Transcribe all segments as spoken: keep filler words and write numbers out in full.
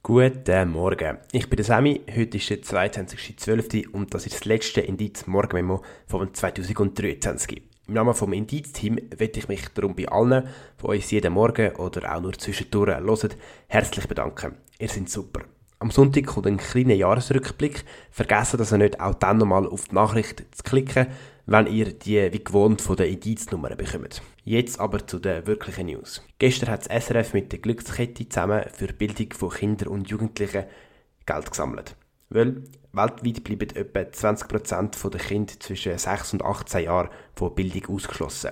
Guten Morgen, ich bin der Sami, heute ist der zweiundzwanzigster zwölfter und das ist das letzte Indiz-Morgenmemo von zweitausenddreiundzwanzig. Im Namen des Indiz-Teams möchte ich mich darum bei allen, die uns jeden Morgen oder auch nur zwischendurch hören, herzlich bedanken. Ihr seid super. Am Sonntag kommt ein kleiner Jahresrückblick. Vergessen also nicht, auch dann nochmal auf die Nachricht zu klicken, wenn ihr die wie gewohnt von den Indiznnummern bekommt. Jetzt aber zu den wirklichen News. Gestern hat das S R F mit der Glückskette zusammen für die Bildung von Kindern und Jugendlichen Geld gesammelt. Weil weltweit bleiben etwa zwanzig Prozent der Kinder zwischen sechs und achtzehn Jahren von Bildung ausgeschlossen.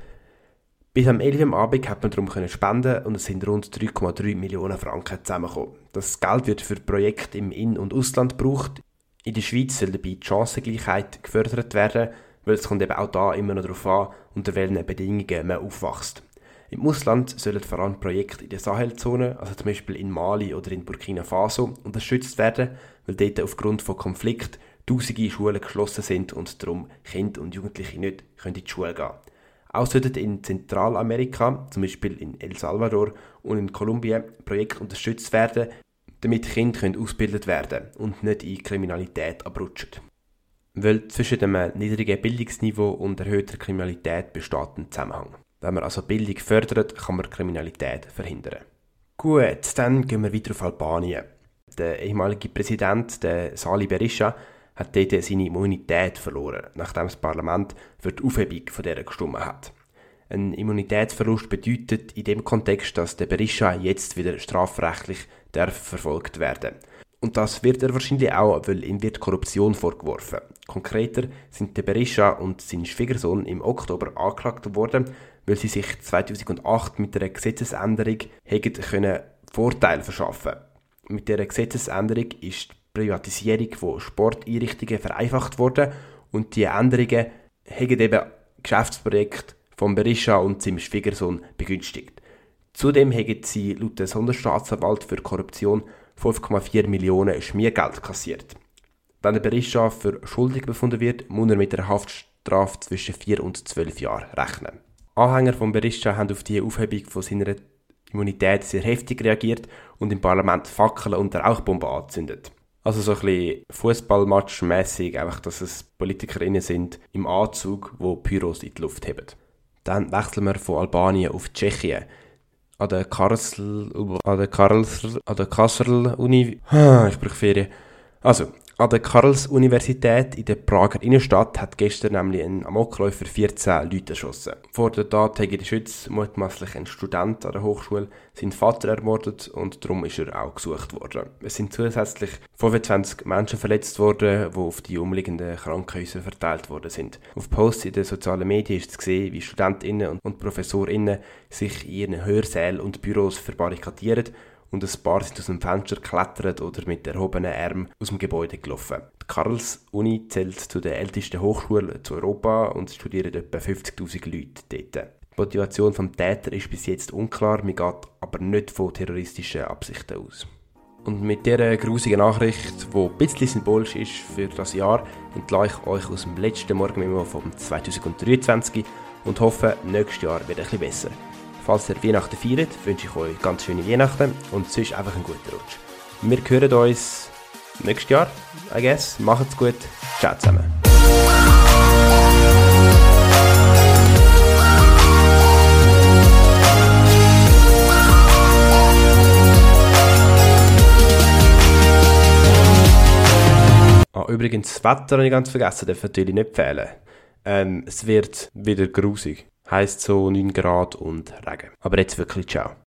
Bis am elf Uhr am Abend hat man darum spenden und es sind rund drei Komma drei Millionen Franken zusammengekommen. Das Geld wird für Projekte im In- und Ausland gebraucht. In der Schweiz soll dabei die Chancengleichheit gefördert werden, weil es kommt eben auch da immer noch darauf an, unter welchen Bedingungen man aufwächst. Im Ausland sollen vor allem Projekte in der Sahelzone, also zum Beispiel in Mali oder in Burkina Faso, unterstützt werden, weil dort aufgrund von Konflikten tausende Schulen geschlossen sind und darum Kinder und Jugendliche nicht in die Schule gehen können. Auch sollten in Zentralamerika, zum Beispiel in El Salvador und in Kolumbien, Projekte unterstützt werden, damit Kinder ausgebildet werden und nicht in Kriminalität abrutschen. Weil zwischen dem niedrigen Bildungsniveau und erhöhter Kriminalität besteht ein Zusammenhang. Wenn man also Bildung fördert, kann man Kriminalität verhindern. Gut, dann gehen wir weiter auf Albanien. Der ehemalige Präsident, der Sali Berisha, hat dort seine Immunität verloren, nachdem das Parlament für die Aufhebung von dieser gestimmt hat. Ein Immunitätsverlust bedeutet in dem Kontext, dass der Berisha jetzt wieder strafrechtlich darf verfolgt werden. Und das wird er wahrscheinlich auch, weil ihm wird Korruption vorgeworfen. Konkreter sind der Berisha und sein Schwiegersohn im Oktober angeklagt worden, weil sie sich zweitausendacht mit einer Gesetzesänderung hätten können Vorteile verschaffen. Mit dieser Gesetzesänderung ist die Privatisierung von Sporteinrichtungen vereinfacht worden und die Änderungen haben eben Geschäftsprojekte von Berisha und seinem Schwiegersohn begünstigt. Zudem haben sie laut der Sonderstaatsanwalt für Korruption fünf Komma vier Millionen Schmiergeld kassiert. Wenn der Berisha für schuldig befunden wird, muss er mit einer Haftstrafe zwischen vier und zwölf Jahren rechnen. Anhänger von Berisha haben auf die Aufhebung von seiner Immunität sehr heftig reagiert und im Parlament Fackeln und Rauchbomben angezündet. Also so ein bisschen Fußballmatch-mässig, einfach, dass es PolitikerInnen sind im Anzug, die Pyros in die Luft heben. Dann wechseln wir von Albanien auf Tschechien. An der Karlsl, an der Karls, an der Kassel Uni, ich brauche Ferien. Also, an der Karls-Universität in der Prager Innenstadt hat gestern nämlich ein Amokläufer vierzehn Leute erschossen. Vor der Tat hat der Schütz, mutmaßlich ein Student an der Hochschule, seinen Vater ermordet und darum ist er auch gesucht worden. Es sind zusätzlich fünfundzwanzig Menschen verletzt worden, die auf die umliegenden Krankenhäuser verteilt worden sind. Auf Posts in den sozialen Medien ist zu sehen, wie StudentInnen und ProfessorInnen sich in ihren Hörsälen und Büros verbarrikadieren und ein paar sind aus dem Fenster geklettert oder mit erhobenen Armen aus dem Gebäude gelaufen. Die Karls-Uni zählt zu den ältesten Hochschulen zu Europa und es studieren etwa fünfzigtausend Leute dort. Die Motivation des Täters ist bis jetzt unklar, man geht aber nicht von terroristischen Absichten aus. Und mit dieser grusigen Nachricht, die ein bisschen symbolisch ist für das Jahr, entlasse ich euch aus dem letzten Morgenmemo von zweitausenddreiundzwanzig und hoffe, nächstes Jahr wird ein bisschen besser. Falls ihr Weihnachten feiert, wünsche ich euch ganz schöne Weihnachten und sonst einfach einen guten Rutsch. Wir hören uns nächstes Jahr, I guess. Macht's gut. Ciao zusammen. Ah, übrigens, das Wetter habe ich ganz vergessen, darf natürlich nicht fehlen. Ähm, es wird wieder grusig. Heisst so neun Grad und Regen. Aber jetzt wirklich ciao.